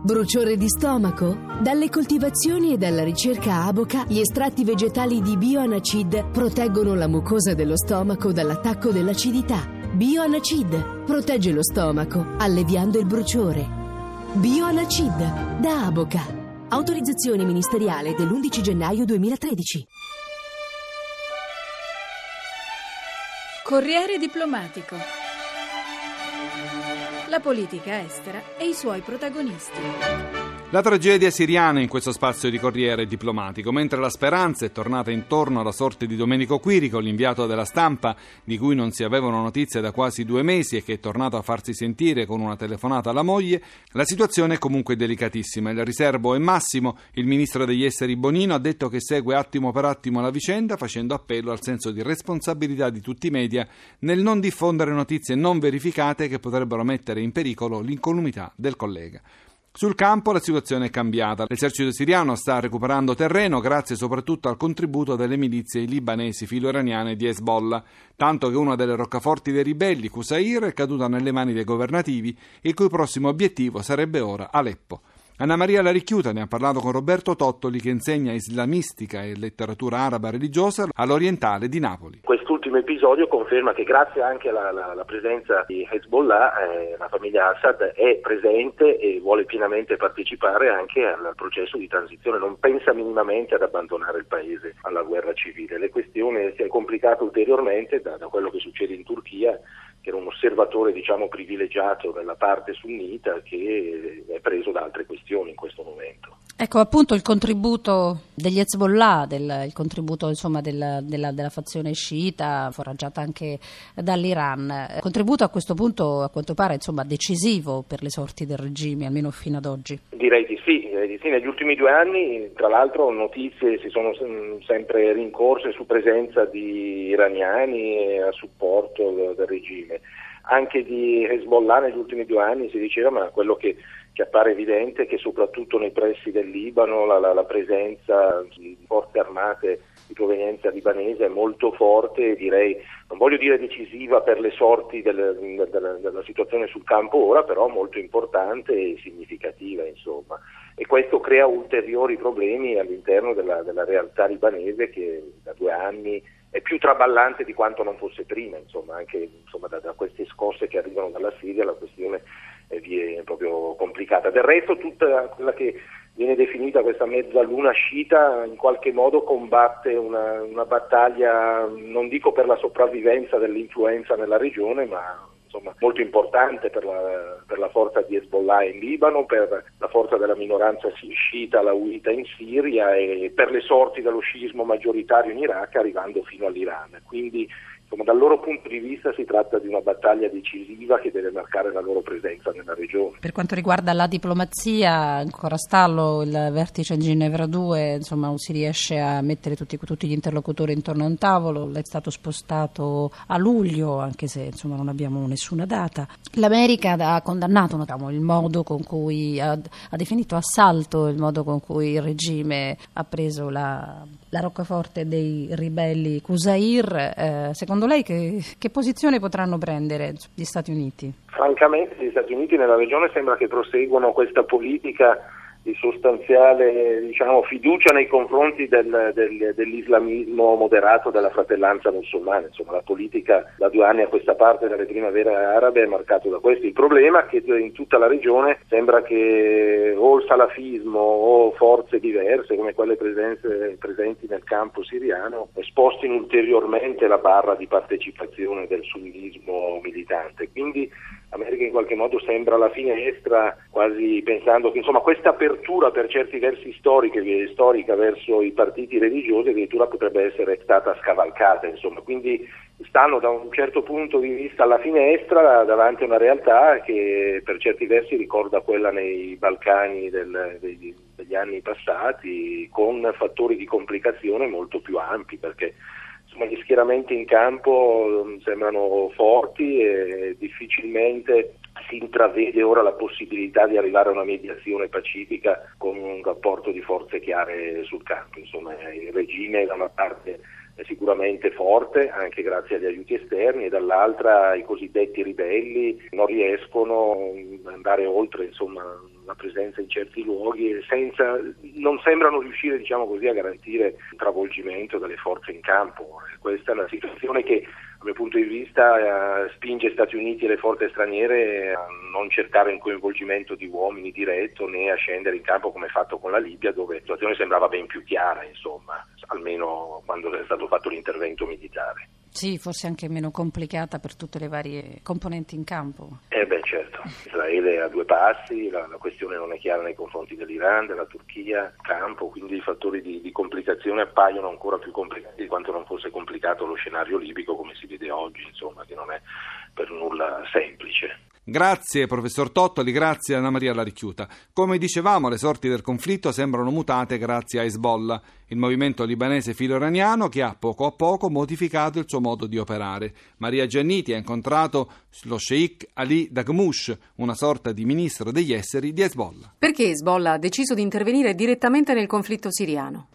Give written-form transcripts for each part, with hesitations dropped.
Bruciore di stomaco? Dalle coltivazioni e dalla ricerca Aboca, gli estratti vegetali di Bioanacid proteggono la mucosa dello stomaco dall'attacco dell'acidità. Bioanacid protegge lo stomaco, alleviando il bruciore. Bioanacid da Aboca. Autorizzazione ministeriale dell'11 gennaio 2013. Corriere diplomatico. La politica estera e i suoi protagonisti. La tragedia siriana in questo spazio di Corriere diplomatico, mentre la speranza è tornata intorno alla sorte di Domenico Quirico, l'inviato della Stampa, di cui non si avevano notizie da quasi 2 mesi e che è tornato a farsi sentire con una telefonata alla moglie, la situazione è comunque delicatissima. Il riservo è massimo. Il ministro degli esteri Bonino ha detto che segue attimo per attimo la vicenda, facendo appello al senso di responsabilità di tutti i media nel non diffondere notizie non verificate che potrebbero mettere in pericolo l'incolumità del collega. Sul campo la situazione è cambiata. L'esercito siriano sta recuperando terreno grazie soprattutto al contributo delle milizie libanesi filo-iraniane di Hezbollah, tanto che una delle roccaforti dei ribelli, Qusair, è caduta nelle mani dei governativi, il cui prossimo obiettivo sarebbe ora Aleppo. Anna Maria Laricchiuta ne ha parlato con Roberto Tottoli, che insegna islamistica e letteratura araba religiosa all'Orientale di Napoli. Quest'ultimo episodio conferma che grazie anche alla presenza di Hezbollah, la famiglia Assad è presente e vuole pienamente partecipare anche al processo di transizione, non pensa minimamente ad abbandonare il paese alla guerra civile. La questione si è complicata ulteriormente da quello che succede in Turchia, che era un osservatore privilegiato della parte sunnita che è preso da altre questioni in questo momento. Ecco, appunto il contributo degli Hezbollah, il contributo della fazione sciita, foraggiata anche dall'Iran, contributo a questo punto a quanto pare decisivo per le sorti del regime, almeno fino ad oggi. Direi di sì. Negli ultimi 2 anni, tra l'altro, notizie si sono sempre rincorse su presenza di iraniani a supporto del regime. Anche di Hezbollah negli ultimi 2 anni si diceva, ma quello che appare evidente è che soprattutto nei pressi del Libano la presenza di forze armate di provenienza libanese è molto forte, direi, non voglio dire decisiva per le sorti della situazione sul campo ora, però molto importante e significativa, insomma. E questo crea ulteriori problemi all'interno della realtà libanese, che da 2 anni è più traballante di quanto non fosse prima, anche da queste scosse che arrivano dalla Siria la questione è proprio complicata. Del resto tutta quella che viene definita questa mezzaluna sciita in qualche modo combatte una battaglia, non dico per la sopravvivenza dell'influenza nella regione, ma molto importante per la forza di Hezbollah in Libano, per la forza della minoranza sciita alawita in Siria e per le sorti dello sciismo maggioritario in Iraq, arrivando fino all'Iran. Quindi dal loro punto di vista si tratta di una battaglia decisiva che deve marcare la loro presenza nella regione. Per quanto riguarda la diplomazia, ancora stallo il vertice in Ginevra 2, non si riesce a mettere tutti gli interlocutori intorno a un tavolo, è stato spostato a luglio, anche se non abbiamo nessuna data. L'America ha condannato il modo con cui ha definito assalto, il modo con cui il regime ha preso la roccaforte dei ribelli Qusair. Secondo lei che posizione potranno prendere gli Stati Uniti? Francamente gli Stati Uniti nella regione sembra che proseguono questa politica di sostanziale fiducia nei confronti dell'islamismo moderato della fratellanza musulmana. La politica da 2 anni a questa parte delle primavere arabe è marcato da questo. Il problema è che in tutta la regione sembra che o il salafismo o forze diverse come quelle presenti nel campo siriano spostino ulteriormente la barra di partecipazione del sunnismo militante. Quindi l'America in qualche modo sembra alla finestra, quasi pensando che questa apertura per certi versi storica verso i partiti religiosi addirittura potrebbe essere stata scavalcata. Quindi stanno da un certo punto di vista alla finestra davanti a una realtà che per certi versi ricorda quella nei Balcani degli anni passati, con fattori di complicazione molto più ampi, perché gli schieramenti in campo sembrano forti e difficilmente si intravede ora la possibilità di arrivare a una mediazione pacifica con un rapporto di forze chiare sul campo. Il regime da una parte è sicuramente forte, anche grazie agli aiuti esterni, e dall'altra i cosiddetti ribelli non riescono ad andare oltre la presenza in certi luoghi e non sembrano riuscire, diciamo così, a garantire un travolgimento delle forze in campo. Questa è una situazione che, dal mio punto di vista, spinge Stati Uniti e le forze straniere a non cercare un coinvolgimento di uomini diretto né a scendere in campo come fatto con la Libia, dove la situazione sembrava ben più chiara, insomma, almeno quando è stato fatto l'intervento militare. Sì, forse anche meno complicata per tutte le varie componenti in campo. Certo, Israele è a due passi, la questione non è chiara nei confronti dell'Iran, della Turchia, campo, quindi i fattori di complicazione appaiono ancora più complicati di quanto non fosse complicato lo scenario libico, come si vede oggi, insomma, che non è per nulla semplice. Grazie professor Tottoli, grazie Anna Maria Laricchiuta. Come dicevamo, le sorti del conflitto sembrano mutate grazie a Hezbollah, il movimento libanese filo-iraniano che ha poco a poco modificato il suo modo di operare. Maria Gianniti ha incontrato lo Sheikh Ali Daghmoush, una sorta di ministro degli esteri di Hezbollah. Perché Hezbollah ha deciso di intervenire direttamente nel conflitto siriano?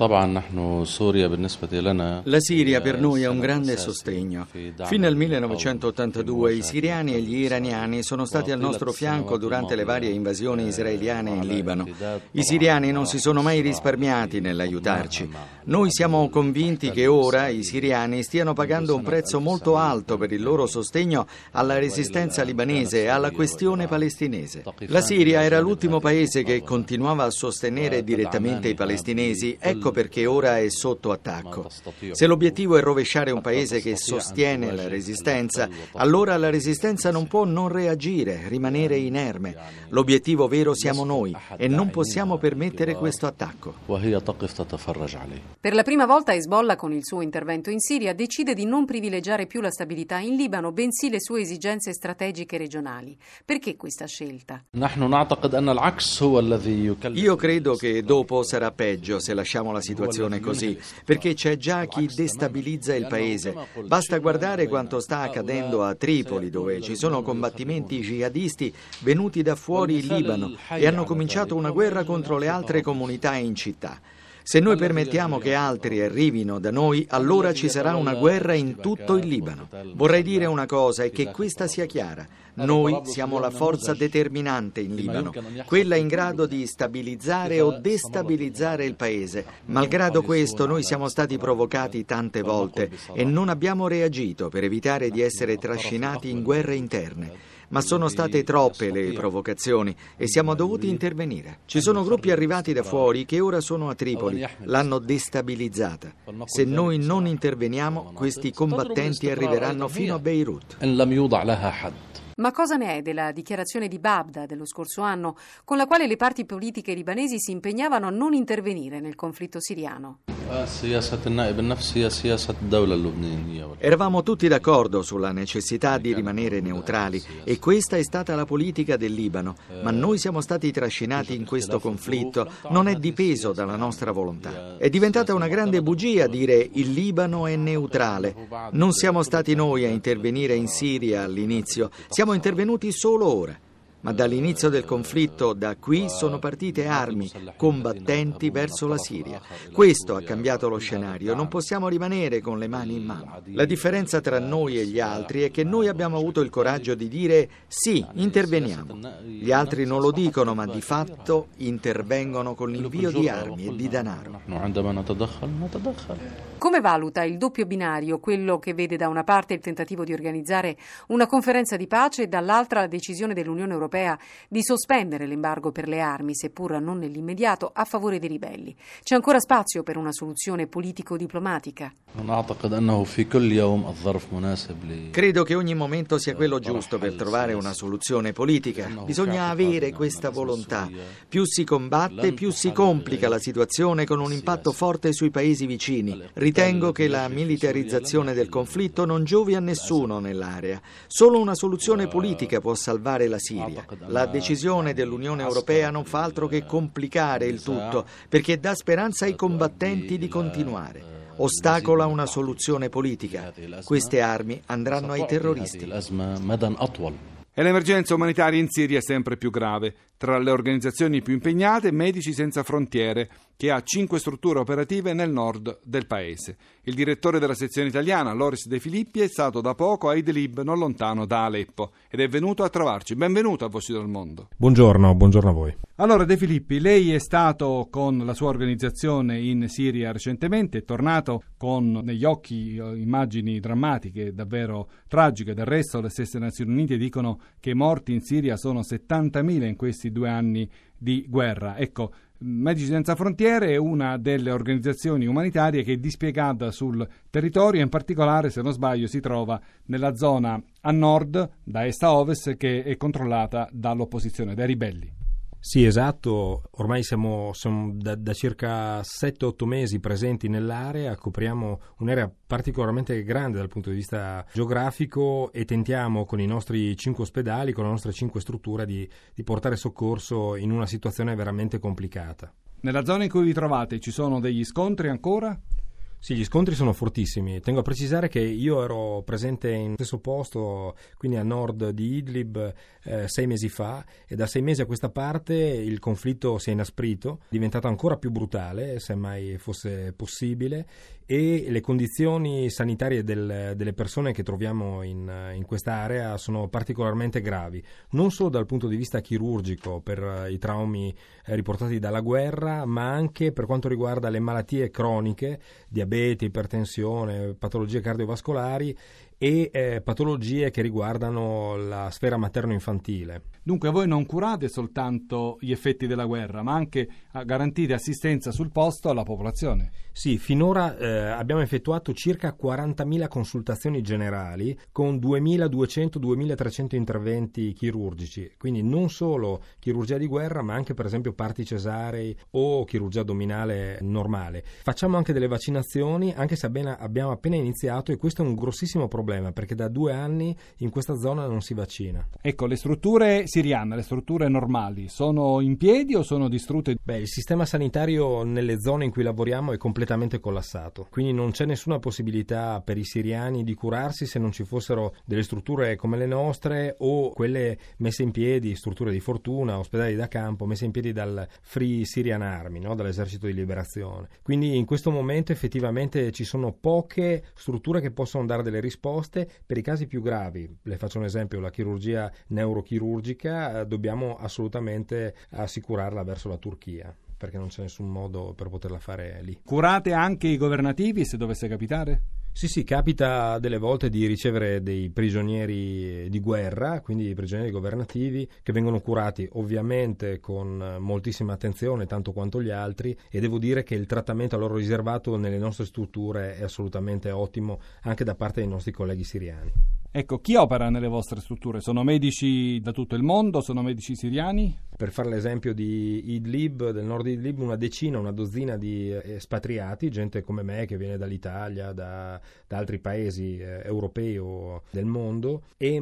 La Siria per noi è un grande sostegno. Fino al 1982 i siriani e gli iraniani sono stati al nostro fianco durante le varie invasioni israeliane in Libano. I siriani non si sono mai risparmiati nell'aiutarci. Noi siamo convinti che ora i siriani stiano pagando un prezzo molto alto per il loro sostegno alla resistenza libanese e alla questione palestinese. La Siria era l'ultimo paese che continuava a sostenere direttamente i palestinesi, ecco perché ora è sotto attacco. Se l'obiettivo è rovesciare un paese che sostiene la resistenza, allora la resistenza non può non reagire, rimanere inerme. L'obiettivo vero siamo noi e non possiamo permettere questo attacco. Per la prima volta Hezbollah, con il suo intervento in Siria, decide di non privilegiare più la stabilità in Libano, bensì le sue esigenze strategiche regionali. Perché questa scelta? Io credo che dopo sarà peggio se lasciamo la situazione così, perché c'è già chi destabilizza il paese. Basta guardare quanto sta accadendo a Tripoli, dove ci sono combattimenti jihadisti venuti da fuori il Libano e hanno cominciato una guerra contro le altre comunità in città. Se noi permettiamo che altri arrivino da noi, allora ci sarà una guerra in tutto il Libano. Vorrei dire una cosa e che questa sia chiara. Noi siamo la forza determinante in Libano, quella in grado di stabilizzare o destabilizzare il paese. Malgrado questo, noi siamo stati provocati tante volte e non abbiamo reagito per evitare di essere trascinati in guerre interne. Ma sono state troppe le provocazioni e siamo dovuti intervenire. Ci sono gruppi arrivati da fuori che ora sono a Tripoli, l'hanno destabilizzata. Se noi non interveniamo, questi combattenti arriveranno fino a Beirut. Ma cosa ne è della dichiarazione di Babda dello scorso anno, con la quale le parti politiche libanesi si impegnavano a non intervenire nel conflitto siriano? Eravamo tutti d'accordo sulla necessità di rimanere neutrali e questa è stata la politica del Libano, ma noi siamo stati trascinati in questo conflitto, non è dipeso dalla nostra volontà. È diventata una grande bugia dire il Libano è neutrale. Non siamo stati noi a intervenire in Siria all'inizio, siamo intervenuti solo ora. Ma dall'inizio del conflitto, da qui sono partite armi, combattenti verso la Siria. Questo ha cambiato lo scenario, non possiamo rimanere con le mani in mano. La differenza tra noi e gli altri è che noi abbiamo avuto il coraggio di dire sì, interveniamo. Gli altri non lo dicono, ma di fatto intervengono con l'invio di armi e di denaro. Come valuta il doppio binario, quello che vede da una parte il tentativo di organizzare una conferenza di pace e dall'altra la decisione dell'Unione Europea di sospendere l'embargo per le armi, seppur non nell'immediato, a favore dei ribelli? C'è ancora spazio per una soluzione politico-diplomatica? Credo che ogni momento sia quello giusto per trovare una soluzione politica. Bisogna avere questa volontà. Più si combatte, più si complica la situazione con un impatto forte sui paesi vicini. Ritengo che la militarizzazione del conflitto non giovi a nessuno nell'area. Solo una soluzione politica può salvare la Siria. La decisione dell'Unione Europea non fa altro che complicare il tutto, perché dà speranza ai combattenti di continuare. Ostacola una soluzione politica. Queste armi andranno ai terroristi. E l'emergenza umanitaria in Siria è sempre più grave. Tra le organizzazioni più impegnate, Medici Senza Frontiere, che ha 5 strutture operative nel nord del paese. Il direttore della sezione italiana, Loris De Filippi, è stato da poco a Idlib, non lontano da Aleppo, ed è venuto a trovarci. Benvenuto a Voci del Mondo. Buongiorno a voi. Allora, De Filippi, lei è stato con la sua organizzazione in Siria recentemente, è tornato con negli occhi immagini drammatiche, davvero tragiche. Del resto le stesse Nazioni Unite dicono che i morti in Siria sono 70.000 in questi 2 anni di guerra. Ecco, Medici Senza Frontiere è una delle organizzazioni umanitarie che è dispiegata sul territorio, in particolare, se non sbaglio, si trova nella zona a nord, da est a ovest, che è controllata dall'opposizione, dai ribelli. Sì, esatto, ormai siamo da circa 7-8 mesi presenti nell'area, copriamo un'area particolarmente grande dal punto di vista geografico e tentiamo con i nostri 5 ospedali, con le nostre 5 strutture di portare soccorso in una situazione veramente complicata. Nella zona in cui vi trovate ci sono degli scontri ancora? Sì, gli scontri sono fortissimi. Tengo a precisare che io ero presente in stesso posto, quindi a nord di Idlib, 6 mesi fa, e da 6 mesi a questa parte il conflitto si è inasprito, è diventato ancora più brutale, se mai fosse possibile, e le condizioni sanitarie delle persone che troviamo in questa area sono particolarmente gravi, non solo dal punto di vista chirurgico per i traumi riportati dalla guerra, ma anche per quanto riguarda le malattie croniche, diabete, ipertensione, patologie cardiovascolari e patologie che riguardano la sfera materno-infantile. Dunque voi non curate soltanto gli effetti della guerra, ma anche garantite assistenza sul posto alla popolazione. Sì, finora abbiamo effettuato circa 40.000 consultazioni generali con 2.200-2.300 interventi chirurgici, quindi non solo chirurgia di guerra, ma anche per esempio parti cesarei o chirurgia addominale normale. Facciamo anche delle vaccinazioni, anche se abbiamo appena iniziato, e questo è un grossissimo problema, perché da 2 anni in questa zona non si vaccina. Ecco, le strutture siriane, le strutture normali, sono in piedi o sono distrutte? Il sistema sanitario nelle zone in cui lavoriamo è completamente collassato, quindi non c'è nessuna possibilità per i siriani di curarsi se non ci fossero delle strutture come le nostre o quelle messe in piedi, strutture di fortuna, ospedali da campo, messe in piedi dal Free Syrian Army, no? Dall'esercito di liberazione. Quindi in questo momento effettivamente ci sono poche strutture che possono dare delle risposte per i casi più gravi. Le faccio un esempio: la chirurgia neurochirurgica dobbiamo assolutamente assicurarla verso la Turchia, perché non c'è nessun modo per poterla fare lì. Curate anche i governativi, se dovesse capitare? Sì, capita delle volte di ricevere dei prigionieri di guerra, quindi prigionieri governativi, che vengono curati ovviamente con moltissima attenzione, tanto quanto gli altri, e devo dire che il trattamento a loro riservato nelle nostre strutture è assolutamente ottimo, anche da parte dei nostri colleghi siriani. Ecco, chi opera nelle vostre strutture? Sono medici da tutto il mondo? Sono medici siriani? Per fare l'esempio di Idlib, del nord di Idlib, una dozzina di espatriati, gente come me che viene dall'Italia, da altri paesi europei o del mondo, e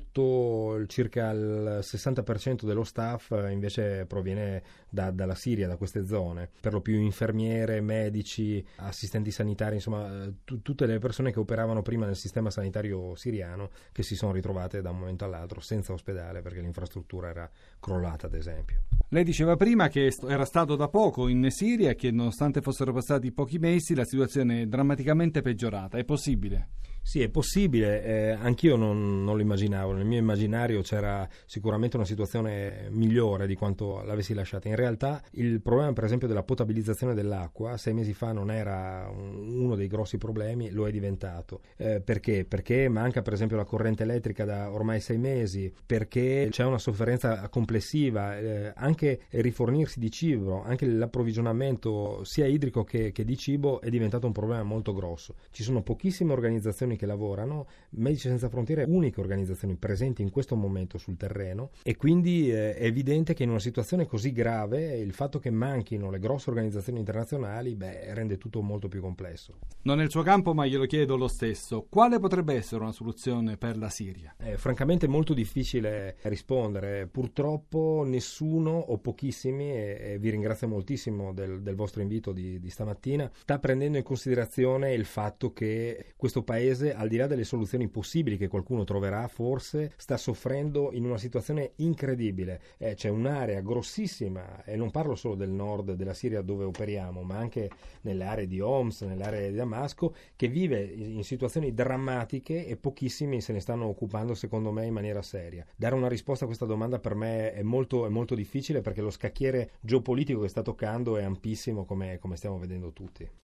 circa il 60% dello staff invece proviene dalla Siria, da queste zone, per lo più infermiere, medici, assistenti sanitari, insomma tutte le persone che operavano prima nel sistema sanitario siriano, che si sono ritrovate da un momento all'altro senza ospedale perché l'infrastruttura era crollata, ad esempio. Lei diceva prima che era stato da poco in Siria e che nonostante fossero passati pochi mesi la situazione è drammaticamente peggiorata. È possibile? Sì, è possibile, anch'io non lo immaginavo, nel mio immaginario c'era sicuramente una situazione migliore di quanto l'avessi lasciata. In realtà il problema per esempio della potabilizzazione dell'acqua 6 mesi fa non era uno dei grossi problemi, lo è diventato. Perché? Perché manca per esempio la corrente elettrica da ormai 6 mesi, perché c'è una sofferenza complessiva, anche rifornirsi di cibo, anche l'approvvigionamento sia idrico che di cibo è diventato un problema molto grosso. Ci sono pochissime organizzazioni che lavorano, Medici Senza Frontiere è l'unica organizzazione presente in questo momento sul terreno, e quindi è evidente che in una situazione così grave il fatto che manchino le grosse organizzazioni internazionali rende tutto molto più complesso. Non è il suo campo, ma glielo chiedo lo stesso: quale potrebbe essere una soluzione per la Siria? Francamente è molto difficile rispondere, purtroppo nessuno o pochissimi, e vi ringrazio moltissimo del vostro invito di stamattina, sta prendendo in considerazione il fatto che questo paese base, al di là delle soluzioni possibili che qualcuno troverà, forse sta soffrendo in una situazione incredibile. C'è un'area grossissima, e non parlo solo del nord della Siria dove operiamo, ma anche nelle aree di Homs, nelle aree di Damasco, che vive in situazioni drammatiche e pochissimi se ne stanno occupando, secondo me, in maniera seria. Dare una risposta a questa domanda per me è molto difficile, perché lo scacchiere geopolitico che sta toccando è ampissimo, come stiamo vedendo tutti.